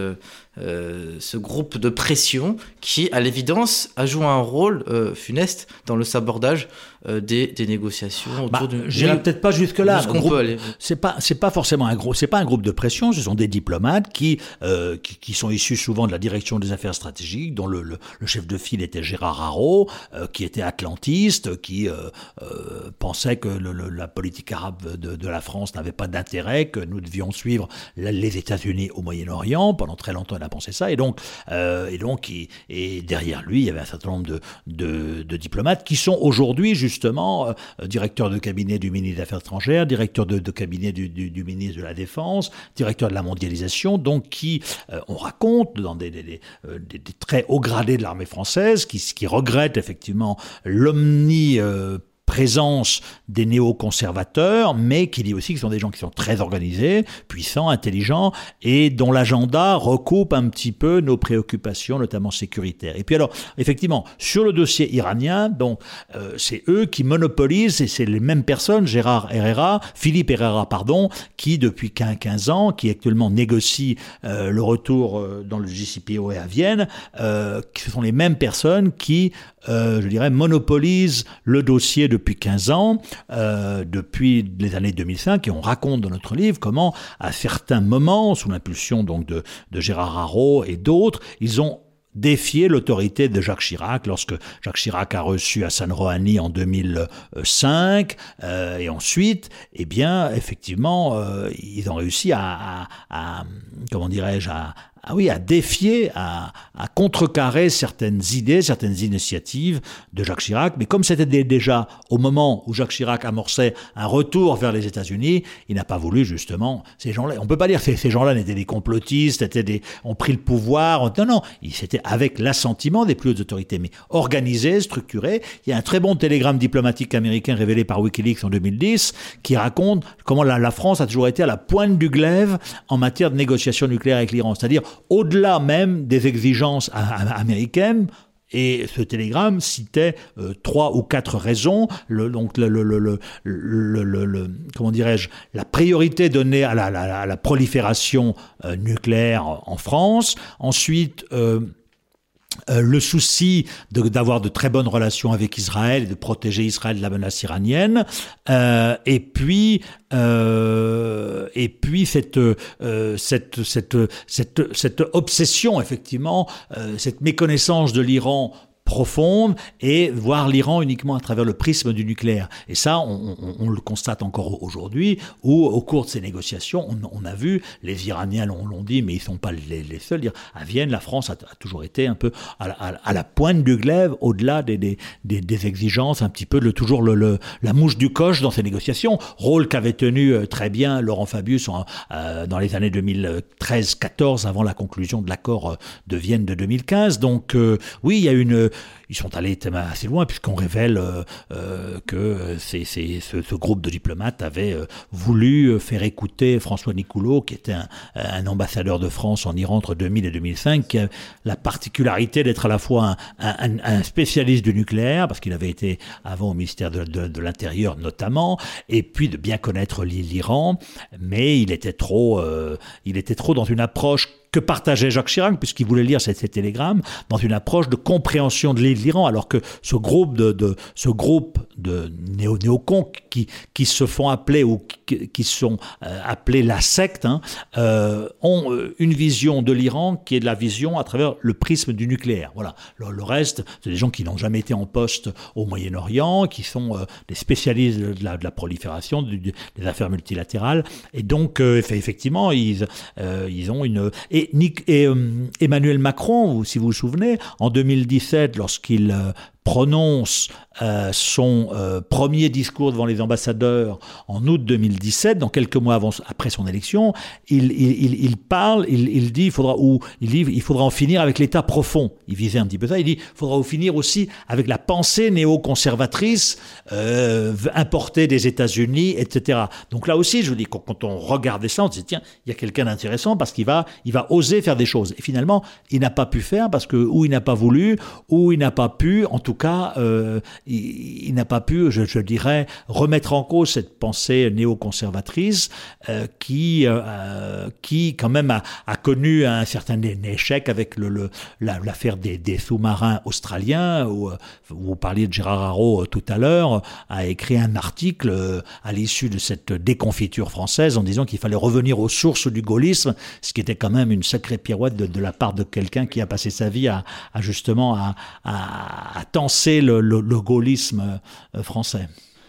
euh, ce groupe de pression qui, à l'évidence, a joué un rôle euh, funeste dans le sabordage euh, des, des négociations autour bah, du... J'irai oui, peut-être pas jusque-là. Ce qu'on groupe, peut aller. C'est pas, c'est pas forcément un gros, c'est pas un groupe de pression. Ce sont des diplomates qui, euh, qui, qui sont issus souvent de la direction des affaires stratégiques, dont le, le, le chef de file était Gérard Haro, euh, qui était atlantiste, qui euh, euh, pensait que le, le, la politique arabe de, de la France n'avait pas d'intérêt, que nous devions suivre les États-Unis au Moyen-Orient. Pendant très longtemps, il a pensé ça, et donc, euh, et donc, il, et derrière lui, il y avait un certain nombre de, de, de diplomates qui sont aujourd'hui justement euh, directeurs de cabinet du ministre des Affaires étrangères, directeurs de, de cabinet du, du, du ministre de la Défense, directeurs de la mondialisation, donc qui, euh, on raconte dans des, des, des, des, des très hauts gradés de l'armée française, qui, qui regrettent effectivement l'omni euh, présence des néoconservateurs, mais qui dit aussi que ce sont des gens qui sont très organisés, puissants, intelligents, et dont l'agenda recoupe un petit peu nos préoccupations, notamment sécuritaires. Et puis alors, effectivement, sur le dossier iranien, donc, euh, c'est eux qui monopolisent, et c'est les mêmes personnes, Gérard Herrera, Philippe Herrera, pardon, qui depuis quinze ans, qui actuellement négocie euh, le retour euh, dans le J C P O A à Vienne, euh, ce sont les mêmes personnes qui, euh, je dirais, monopolisent le dossier de depuis quinze ans, euh, depuis les années deux mille cinq, et on raconte dans notre livre comment, à certains moments, sous l'impulsion donc de, de Gérard Haro et d'autres, ils ont défié l'autorité de Jacques Chirac lorsque Jacques Chirac a reçu Hassan Rouhani en deux mille cinq, euh, et ensuite, eh bien, effectivement, euh, ils ont réussi à, à, à comment dirais-je, à Ah oui, à défier, à, à contrecarrer certaines idées, certaines initiatives de Jacques Chirac. Mais comme c'était déjà au moment où Jacques Chirac amorçait un retour vers les États-Unis, il n'a pas voulu justement ces gens-là. On peut pas dire que ces gens-là n'étaient des complotistes, étaient des, ont pris le pouvoir. Non, non, c'était avec l'assentiment des plus hautes autorités, mais organisé, structuré. Il y a un très bon télégramme diplomatique américain révélé par WikiLeaks en deux mille dix qui raconte comment la, la France a toujours été à la pointe du glaive en matière de négociation nucléaire avec l'Iran, c'est-à-dire au-delà même des exigences américaines. Et ce télégramme citait euh, trois ou quatre raisons. Le, donc, le, le, le, le, le, le, le, comment dirais-je, la priorité donnée à la, la, à la prolifération euh, nucléaire en France. Ensuite, euh, Euh, le souci de, d'avoir de très bonnes relations avec Israël et de protéger Israël de la menace iranienne, euh, et puis euh, et puis cette euh, cette cette cette cette obsession effectivement, euh, cette méconnaissance de l'Iran profonde et voir l'Iran uniquement à travers le prisme du nucléaire. Et ça, on, on, on le constate encore aujourd'hui, où au cours de ces négociations, on, on a vu, les Iraniens l'ont, l'ont dit, mais ils ne sont pas les, les seuls. À Vienne, la France a, a toujours été un peu à la, à, à la pointe du glaive, au-delà des, des, des, des exigences, un petit peu le, toujours le, le, la mouche du coche dans ces négociations. Rôle qu'avait tenu très bien Laurent Fabius en, euh, dans les années deux mille treize quatorze, avant la conclusion de l'accord de Vienne de deux mille quinze. Donc euh, oui, il y a une... Ils sont allés assez loin puisqu'on révèle euh, euh, que c'est, c'est, ce, ce groupe de diplomates avait euh, voulu faire écouter François Nicoulot, qui était un, un ambassadeur de France en Iran entre deux mille et deux mille cinq, qui a la particularité d'être à la fois un, un, un spécialiste du nucléaire, parce qu'il avait été avant au ministère de, de, de l'Intérieur notamment, et puis de bien connaître l'Iran, mais il était trop, euh, il était trop dans une approche que partageait Jacques Chirac, puisqu'il voulait lire ces, ces télégrammes, dans une approche de compréhension de l'Iran, alors que ce groupe de, de, ce groupe de néo, néocons qui, qui se font appeler, ou qui, qui sont euh, appelés la secte, hein, euh, ont une vision de l'Iran qui est de la vision à travers le prisme du nucléaire. Voilà. Le, le reste, c'est des gens qui n'ont jamais été en poste au Moyen-Orient, qui sont euh, des spécialistes de la, de la prolifération, du, des affaires multilatérales, et donc, euh, effectivement, ils, euh, ils ont une... Et Et, et euh, Emmanuel Macron, si vous vous souvenez, en deux mille dix-sept, lorsqu'il euh, prononce euh, son euh, premier discours devant les ambassadeurs en août deux mille dix-sept, dans quelques mois avant, après son élection, il, il, il parle, il, il dit, il faudra, ou il dit, il faudra en finir avec l'État profond. Il visait un petit peu ça. Il dit, il faudra en finir aussi avec la pensée néoconservatrice euh, importée des États-Unis, et cetera. Donc là aussi, je vous dis, quand, quand on regardait ça, on se dit, tiens, il y a quelqu'un d'intéressant parce qu'il va, il va oser faire des choses. Et finalement, il n'a pas pu faire parce que ou il n'a pas voulu, ou il n'a pas pu, en tout cas, euh, il, il n'a pas pu, je, je dirais, remettre en cause cette pensée néoconservatrice euh, qui, euh, qui, quand même, a, a connu un certain échec avec le, le, la, l'affaire des, des sous-marins australiens, où, où vous parliez de Gérard Haraud tout à l'heure, a écrit un article euh, à l'issue de cette déconfiture française en disant qu'il fallait revenir aux sources du gaullisme, ce qui était quand même une sacrée pirouette de, de la part de quelqu'un qui a passé sa vie à, à justement à, à, à tenser le, le, le gaullisme français.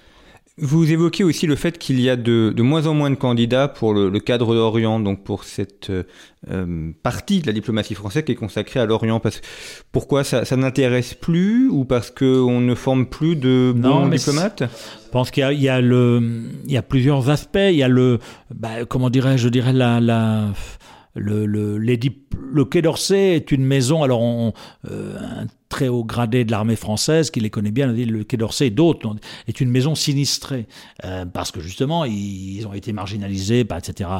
Vous évoquez aussi le fait qu'il y a de, de moins en moins de candidats pour le, le cadre d'Orient, donc pour cette euh, partie de la diplomatie française qui est consacrée à l'Orient. Parce, pourquoi ça, ça n'intéresse plus, ou parce qu'on ne forme plus de bons non, diplomates ? Je pense qu'il y a, il y a, le, il y a plusieurs aspects. Il y a le, bah, comment dirais-je, je dirais la... la Le, le, les dip... le Quai d'Orsay est une maison, alors on, euh, un très haut gradé de l'armée française qui les connaît bien, le Quai d'Orsay et d'autres, est une maison sinistrée, euh, parce que justement ils, ils ont été marginalisés, bah, et cetera.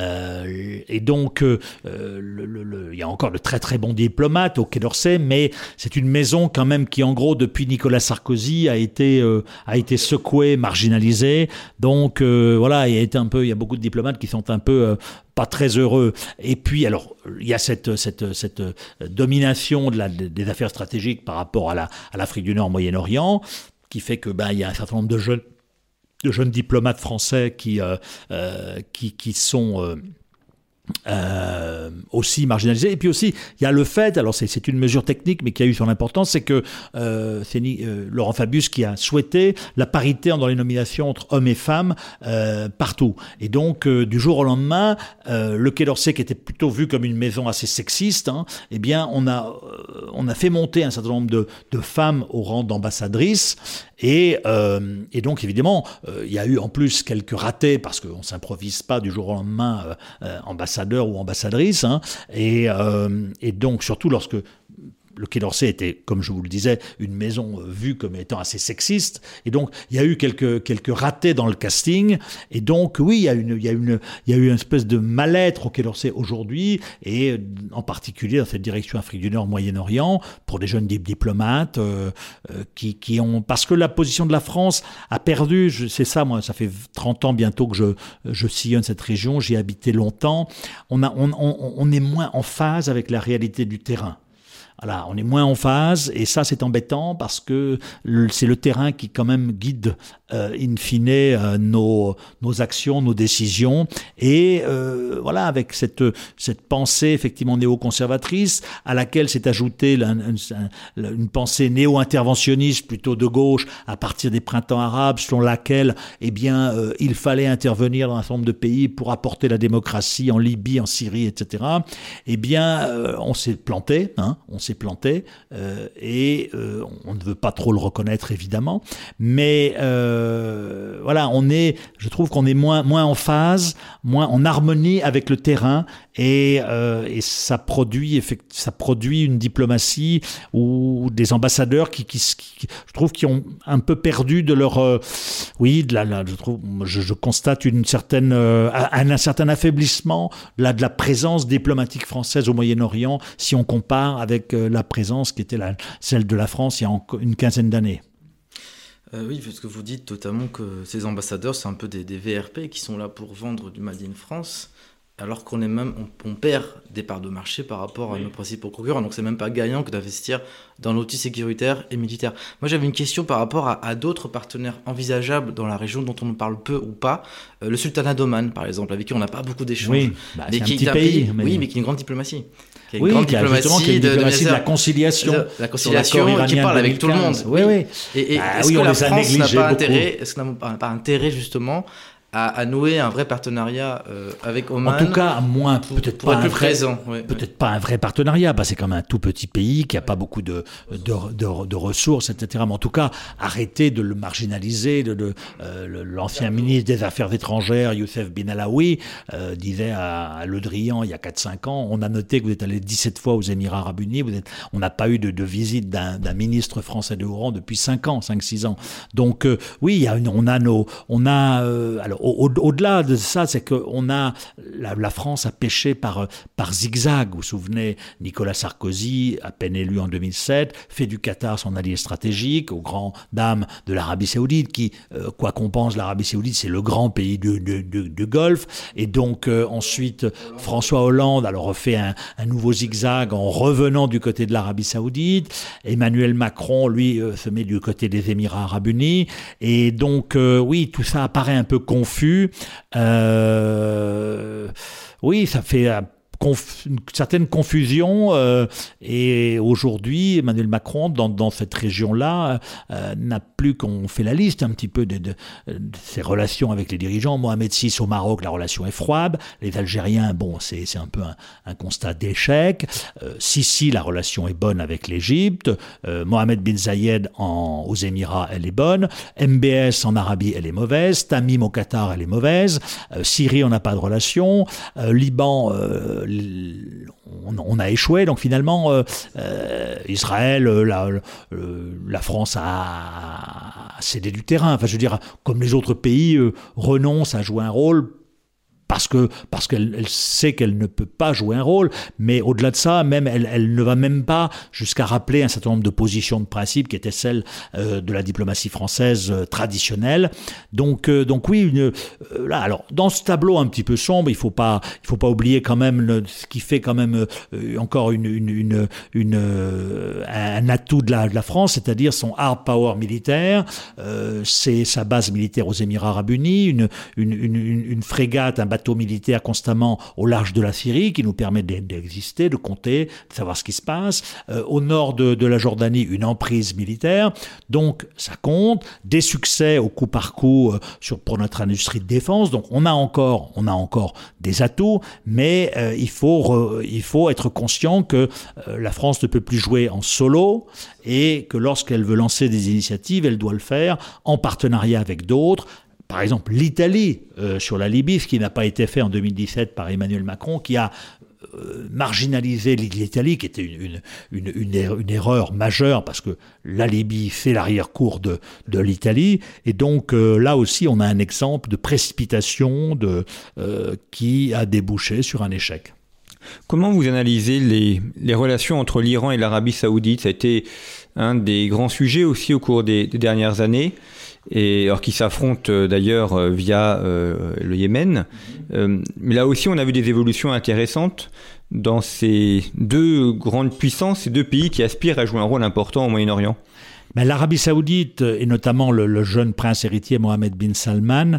Euh, et donc euh, le, le, le, il y a encore de très très bons diplomates au Quai d'Orsay, mais c'est une maison quand même qui, en gros, depuis Nicolas Sarkozy, a été euh, a été secouée, marginalisée. Donc euh, voilà, il y a été un peu, il y a beaucoup de diplomates qui sont un peu euh, pas très heureux. Et puis, alors, il y a cette, cette, cette domination de la, des affaires stratégiques par rapport à, la, à l'Afrique du Nord, Moyen-Orient, qui fait que ben, il y a un certain nombre de jeunes, de jeunes diplomates français qui, euh, euh, qui, qui sont... Euh, Euh, aussi marginalisé. Et puis aussi, il y a le fait, alors c'est, c'est une mesure technique, mais qui a eu son importance, c'est que euh, c'est euh, Laurent Fabius qui a souhaité la parité dans les nominations entre hommes et femmes euh, partout. Et donc, euh, du jour au lendemain, euh, le Quai d'Orsay, qui était plutôt vu comme une maison assez sexiste, hein, eh bien, on a, euh, on a fait monter un certain nombre de, de femmes au rang d'ambassadrices. Et, euh, et donc, évidemment, euh, il y a eu en plus quelques ratés, parce qu'on ne s'improvise pas du jour au lendemain euh, euh, ambassadeur ou ambassadrice. Hein, et, euh, et donc, surtout lorsque... Le Quai d'Orsay était, comme je vous le disais, une maison vue comme étant assez sexiste. Et donc, il y a eu quelques, quelques ratés dans le casting. Et donc, oui, il y a, une, il y a, une, il y a eu une espèce de mal-être au Quai d'Orsay aujourd'hui, et en particulier dans cette direction Afrique du Nord, Moyen-Orient, pour des jeunes diplomates euh, euh, qui, qui ont... Parce que la position de la France a perdu, je, c'est ça, moi, ça fait trente ans bientôt que je, je sillonne cette région, j'y ai habité longtemps. On, a, on, on, on est moins en phase avec la réalité du terrain. Voilà, on est moins en phase et ça c'est embêtant parce que le, c'est le terrain qui quand même guide euh, in fine euh, nos, nos actions, nos décisions et euh, voilà avec cette, cette pensée effectivement néoconservatrice à laquelle s'est ajoutée la, une, une pensée néo-interventionniste plutôt de gauche à partir des printemps arabes selon laquelle eh bien euh, il fallait intervenir dans un certain nombre de pays pour apporter la démocratie en Libye, en Syrie, et cetera. Eh bien euh, on s'est planté, hein, on s'est planté euh, et euh, on ne veut pas trop le reconnaître évidemment, mais euh, voilà, on est, je trouve qu'on est moins moins en phase, moins en harmonie avec le terrain et, euh, et ça produit ça produit une diplomatie ou des ambassadeurs qui, qui, qui je trouve qui ont un peu perdu de leur euh, oui de la, la je trouve je, je constate une certaine euh, un, un certain affaiblissement de la, de la présence diplomatique française au Moyen-Orient si on compare avec euh, la présence qui était la, celle de la France il y a une quinzaine d'années. Euh, oui, parce que vous dites totalement que ces ambassadeurs, c'est un peu des, des V R P qui sont là pour vendre du Made in France, alors qu'on est même, on, on perd des parts de marché par rapport oui. à nos principaux concurrents. Donc c'est même pas gagnant que d'investir dans l'outil sécuritaire et militaire. Moi j'avais une question par rapport à, à d'autres partenaires envisageables dans la région dont on parle peu ou pas. Euh, le sultanat d'Oman, par exemple, avec qui on n'a pas beaucoup d'échanges. Oui, bah, mais c'est qui un petit est un pays. pays Mais... Oui, mais qui a une grande diplomatie. Qui a une oui, grande qui a diplomatie, justement qui a une de, diplomatie de, de la conciliation. De, la conciliation, qui parle avec tout le monde. Oui, oui. Et, et bah, est-ce oui, que on la les a France n'a négligés pas beaucoup. intérêt, est-ce qu'on n'a pas intérêt justement à, à nouer un vrai partenariat euh, avec Oman. En tout cas, moins peut-être pour pas être un plus vrai, présent. Ouais, peut-être ouais. pas un vrai partenariat. Bah, c'est comme un tout petit pays qui a pas beaucoup de de, de de ressources, et cetera. Mais en tout cas, arrêter de le marginaliser. De, de euh, l'ancien ministre des Affaires étrangères, Youssef Ben Alaoui, euh, disait à, à Le Drian il y a quatre cinq ans, on a noté que vous êtes allé dix-sept fois aux Émirats Arabes Unis. Vous êtes, on n'a pas eu de, de visite d'un, d'un ministre français de haut rang depuis cinq ans, cinq six ans. Donc euh, oui, il y a une, on a nos, on a euh, alors au, au, au-delà de ça, c'est que on a la, la France a pêché par par zigzag. Vous vous souvenez, Nicolas Sarkozy, à peine élu en deux mille sept, fait du Qatar son allié stratégique, aux grandes dames de l'Arabie Saoudite, qui, euh, quoi qu'on pense, l'Arabie Saoudite, c'est le grand pays du, du, du, du Golfe. Et donc euh, ensuite, François Hollande alors refait un, un nouveau zigzag en revenant du côté de l'Arabie Saoudite. Emmanuel Macron, lui, euh, se met du côté des Émirats Arabes Unis. Et donc, euh, oui, tout ça apparaît un peu confus. Euh, oui, ça fait euh, conf, une certaine confusion. Euh, et aujourd'hui, Emmanuel Macron, dans, dans cette région-là, euh, n'a plus qu'on fait la liste un petit peu de, de, de ses relations avec les dirigeants. Mohamed six au Maroc, la relation est froide. Les Algériens, bon, c'est, c'est un peu un, un constat d'échec. Euh, Sisi, la relation est bonne avec l'Égypte. Euh, Mohamed bin Zayed en, aux Émirats, elle est bonne. M B S en Arabie, elle est mauvaise. Tamim au Qatar, elle est mauvaise. Euh, Syrie, on n'a pas de relation. Euh, Liban, euh, on, on a échoué. Donc finalement, euh, euh, Israël, la, la France a cédé du terrain. Enfin, je veux dire, comme les autres pays, euh, renoncent à jouer un rôle. Parce que parce qu'elle elle sait qu'elle ne peut pas jouer un rôle, mais au-delà de ça, même elle, elle ne va même pas jusqu'à rappeler un certain nombre de positions de principe qui étaient celles euh, de la diplomatie française euh, traditionnelle. Donc euh, donc oui, une, euh, là alors dans ce tableau un petit peu sombre, il faut pas il faut pas oublier quand même le, ce qui fait quand même euh, encore une une une, une euh, un atout de la de la France, c'est-à-dire son hard power militaire, euh, c'est sa base militaire aux Émirats Arabes Unis, une une une, une, une frégate, un bateau militaire constamment au large de la Syrie qui nous permet d'exister, de compter, de savoir ce qui se passe. Euh, au nord de, de la Jordanie, une emprise militaire. Donc, ça compte. Des succès au coup par coup euh, sur, pour notre industrie de défense. Donc, on a encore, on a encore des atouts, mais euh, il faut, re, il faut être conscient que euh, la France ne peut plus jouer en solo et que lorsqu'elle veut lancer des initiatives, elle doit le faire en partenariat avec d'autres. Par exemple, l'Italie euh, sur la Libye, ce qui n'a pas été fait en deux mille dix-sept par Emmanuel Macron, qui a euh, marginalisé l'Italie, qui était une, une, une, une, une erreur majeure, parce que la Libye fait l'arrière-cour de, de l'Italie. Et donc euh, là aussi, on a un exemple de précipitation de, euh, qui a débouché sur un échec. Comment vous analysez les, les relations entre l'Iran et l'Arabie Saoudite ? Ça a été un des grands sujets aussi au cours des, des dernières années. et alors qui s'affrontent euh, d'ailleurs euh, via euh, le Yémen. Euh, mais là aussi, on a vu des évolutions intéressantes dans ces deux grandes puissances, ces deux pays qui aspirent à jouer un rôle important au Moyen-Orient. Mais l'Arabie Saoudite, et notamment le, le jeune prince héritier Mohammed bin Salman,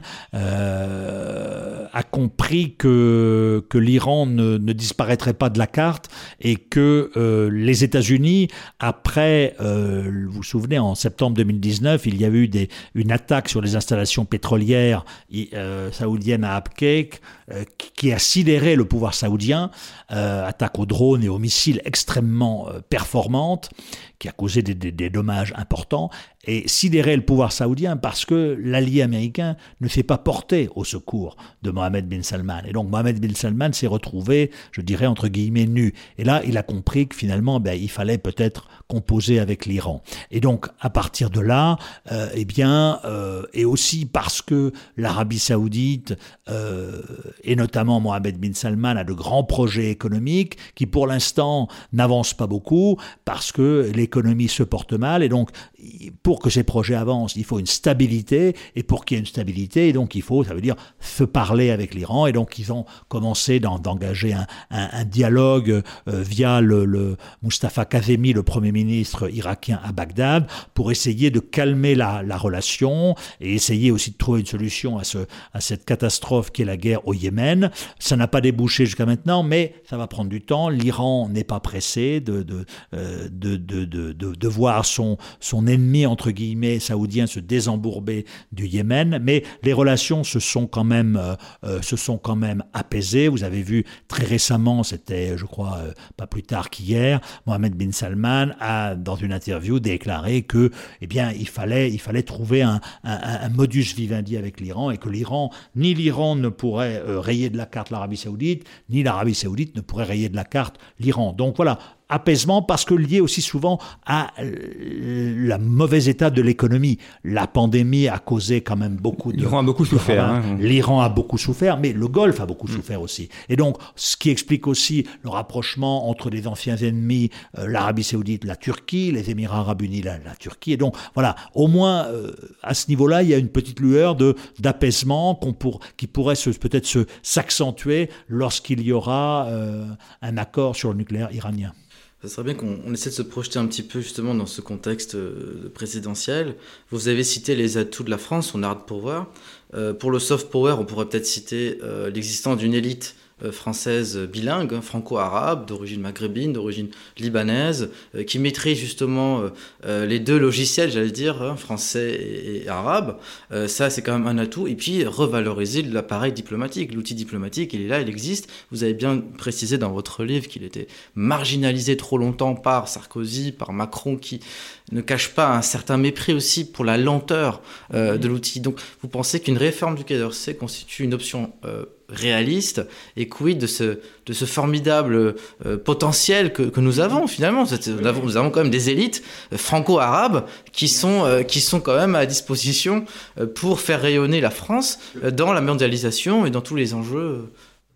euh, a compris que, que l'Iran ne, ne disparaîtrait pas de la carte et que euh, les États-Unis, après, euh, vous vous souvenez, en septembre deux mille dix-neuf, il y a eu des, une attaque sur les installations pétrolières euh, saoudiennes à Abqaiq, euh, qui a sidéré le pouvoir saoudien, euh, attaque aux drones et aux missiles extrêmement euh, performantes, qui a causé des, des, des dommages importants, et sidérer le pouvoir saoudien parce que l'allié américain ne s'est pas porté au secours de Mohammed bin Salman. Et donc Mohammed bin Salman s'est retrouvé, je dirais, entre guillemets, nu. Et là, il a compris que finalement, ben, il fallait peut-être composer avec l'Iran. Et donc, à partir de là, euh, eh bien, euh, et aussi parce que l'Arabie Saoudite, euh, et notamment Mohammed bin Salman, a de grands projets économiques qui, pour l'instant, n'avancent pas beaucoup parce que l'économie se porte mal. Et donc, pour que ces projets avancent, il faut une stabilité, et pour qu'il y ait une stabilité, donc il faut, ça veut dire, se parler avec l'Iran, et donc ils ont commencé d'en, d'engager un, un, un dialogue euh, via le, le Mustafa Kazemi, le Premier ministre irakien à Bagdad, pour essayer de calmer la, la relation, et essayer aussi de trouver une solution à, ce, à cette catastrophe qui est la guerre au Yémen. Ça n'a pas débouché jusqu'à maintenant, mais ça va prendre du temps. L'Iran n'est pas pressé de, de, euh, de, de, de, de, de voir son, son ennemi, entre guillemets, saoudien se désembourber du Yémen, mais les relations se sont quand même, euh, se sont quand même apaisées. Vous avez vu très récemment, c'était, je crois, euh, pas plus tard qu'hier, Mohammed bin Salman a, dans une interview, déclaré que, eh bien, il fallait, il fallait trouver un, un, un modus vivendi avec l'Iran, et que l'Iran, ni l'Iran ne pourrait euh, rayer de la carte l'Arabie Saoudite, ni l'Arabie Saoudite ne pourrait rayer de la carte l'Iran. Donc voilà. Apaisement, parce que lié aussi souvent à le mauvais état de l'économie. La pandémie a causé quand même beaucoup de... L'Iran a beaucoup souffert. Hein. L'Iran a beaucoup souffert, mais le Golfe a beaucoup mmh. souffert aussi. Et donc, ce qui explique aussi le rapprochement entre les anciens ennemis, euh, l'Arabie Saoudite, la Turquie, les Émirats Arabes Unis, la, la Turquie. Et donc, voilà, au moins, euh, à ce niveau-là, il y a une petite lueur de, d'apaisement qu'on pour, qui pourrait se, peut-être se, s'accentuer lorsqu'il y aura euh, un accord sur le nucléaire iranien. Ça serait bien qu'on on essaie de se projeter un petit peu justement dans ce contexte présidentiel. Vous avez cité les atouts de la France, son hard power. Euh, pour le soft power, on pourrait peut-être citer euh, l'existence d'une élite euh, française bilingue, hein, franco-arabe, d'origine maghrébine, d'origine libanaise, euh, qui maîtrise justement euh, euh, les deux logiciels, j'allais dire, hein, français et, et arabe. Euh, ça, c'est quand même un atout. Et puis, revaloriser l'appareil diplomatique. L'outil diplomatique, il est là, il existe. Vous avez bien précisé dans votre livre qu'il était marginalisé trop longtemps par Sarkozy, par Macron, qui ne cache pas un certain mépris aussi pour la lenteur euh, de l'outil. Donc, vous pensez qu'une réforme du Quai d'Orsay constitue une option euh, réaliste, et quid de ce, de ce formidable euh, potentiel que, que nous avons finalement. Nous avons, nous avons quand même des élites franco-arabes qui sont, euh, qui sont quand même à disposition euh, pour faire rayonner la France euh, dans la mondialisation et dans tous les enjeux. Euh,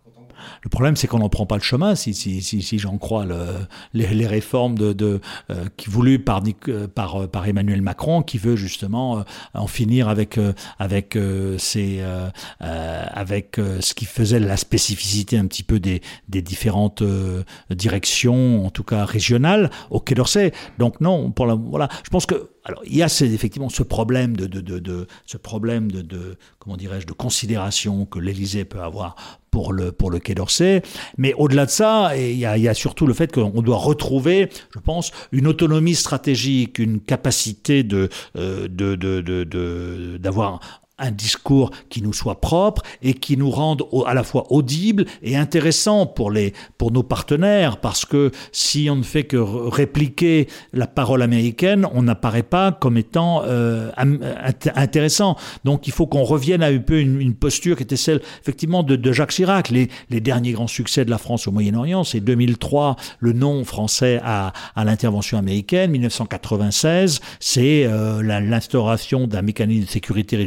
Le problème, c'est qu'on n'en prend pas le chemin, si, si, si, si j'en crois le, les, les réformes de, de, euh, qui voulues par, par, par Emmanuel Macron, qui veut justement euh, en finir avec, euh, avec, euh, ces, euh, euh, avec euh, ce qui faisait la spécificité un petit peu des, des différentes euh, directions, en tout cas régionales, au Quai d'Orsay. Donc non, pour la, voilà, je pense que alors, il y a ce, effectivement ce problème de, de, de, de ce problème de, de comment dirais-je, de considération que l'Élysée peut avoir pour le, pour le Quai d'Orsay. Mais au-delà de ça, il y a, il y a surtout le fait qu'on doit retrouver, je pense, une autonomie stratégique, une capacité de, euh, de, de, de, de, d'avoir un discours qui nous soit propre et qui nous rende à la fois audible et intéressant pour les, pour nos partenaires, parce que si on ne fait que répliquer la parole américaine, on n'apparaît pas comme étant euh, intéressant. Donc il faut qu'on revienne à un peu une, une posture qui était celle effectivement de, de Jacques Chirac. Les, les derniers grands succès de la France au Moyen-Orient, c'est deux mille trois, le non français à, à l'intervention américaine, dix-neuf cent quatre-vingt-seize, c'est euh, la, l'instauration d'un mécanisme de sécurité régionale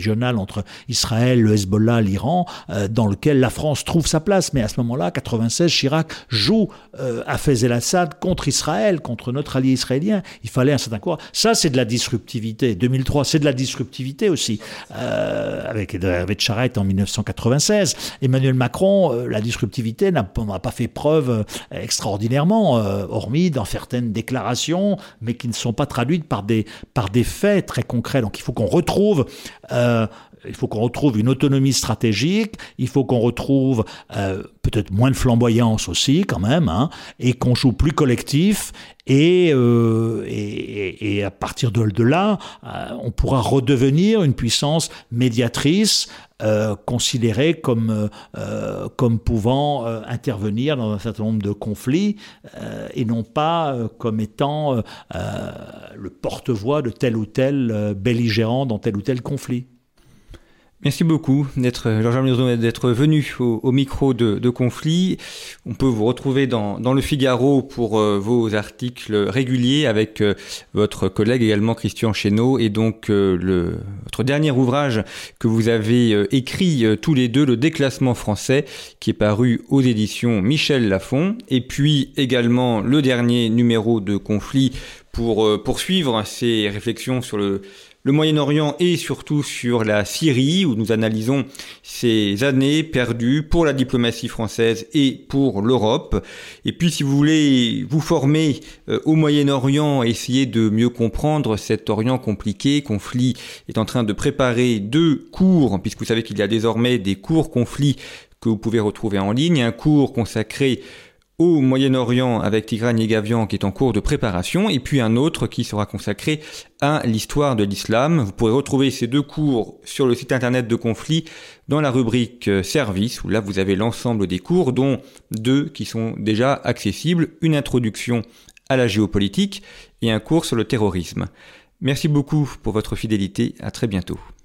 entre Israël, le Hezbollah, l'Iran, euh, dans lequel la France trouve sa place. Mais à ce moment-là, quatre-vingt-seize, Chirac joue euh, Hafez el-Assad contre Israël, contre notre allié israélien. Il fallait un certain courage. Ça, c'est de la disruptivité. deux mille trois, c'est de la disruptivité aussi. Euh, avec Hervé de Charette en dix-neuf cent quatre-vingt-seize. Emmanuel Macron, euh, la disruptivité n'a, n'a pas fait preuve euh, extraordinairement, euh, hormis dans certaines déclarations, mais qui ne sont pas traduites par des, par des faits très concrets. Donc il faut qu'on retrouve... Euh, Il faut qu'on retrouve une autonomie stratégique, il faut qu'on retrouve euh, peut-être moins de flamboyance aussi quand même, hein, et qu'on joue plus collectif, et, euh, et, et à partir de, de là, euh, on pourra redevenir une puissance médiatrice, euh, considérée comme, euh, comme pouvant euh, intervenir dans un certain nombre de conflits, euh, et non pas euh, comme étant euh, le porte-voix de tel ou tel euh, belligérant dans tel ou tel conflit. Merci beaucoup d'être, Jean-Charles Meursault, d'être venu au, au micro de, de Conflit. On peut vous retrouver dans, dans Le Figaro pour euh, vos articles réguliers avec euh, votre collègue également Christian Chesneau, et donc euh, le, votre dernier ouvrage que vous avez euh, écrit euh, tous les deux, Le Déclassement français, qui est paru aux éditions Michel Lafon, et puis également le dernier numéro de Conflit pour euh, poursuivre ces réflexions sur le Le Moyen-Orient et surtout sur la Syrie, où nous analysons ces années perdues pour la diplomatie française et pour l'Europe. Et puis, si vous voulez vous former euh, au Moyen-Orient, essayer de mieux comprendre cet Orient compliqué, Conflit est en train de préparer deux cours, puisque vous savez qu'il y a désormais des cours Conflit que vous pouvez retrouver en ligne, un cours consacré au Moyen-Orient avec Tigran Yegavian qui est en cours de préparation, et puis un autre qui sera consacré à l'histoire de l'islam. Vous pourrez retrouver ces deux cours sur le site internet de Conflit dans la rubrique service, où là vous avez l'ensemble des cours, dont deux qui sont déjà accessibles, une introduction à la géopolitique et un cours sur le terrorisme. Merci beaucoup pour votre fidélité, à très bientôt.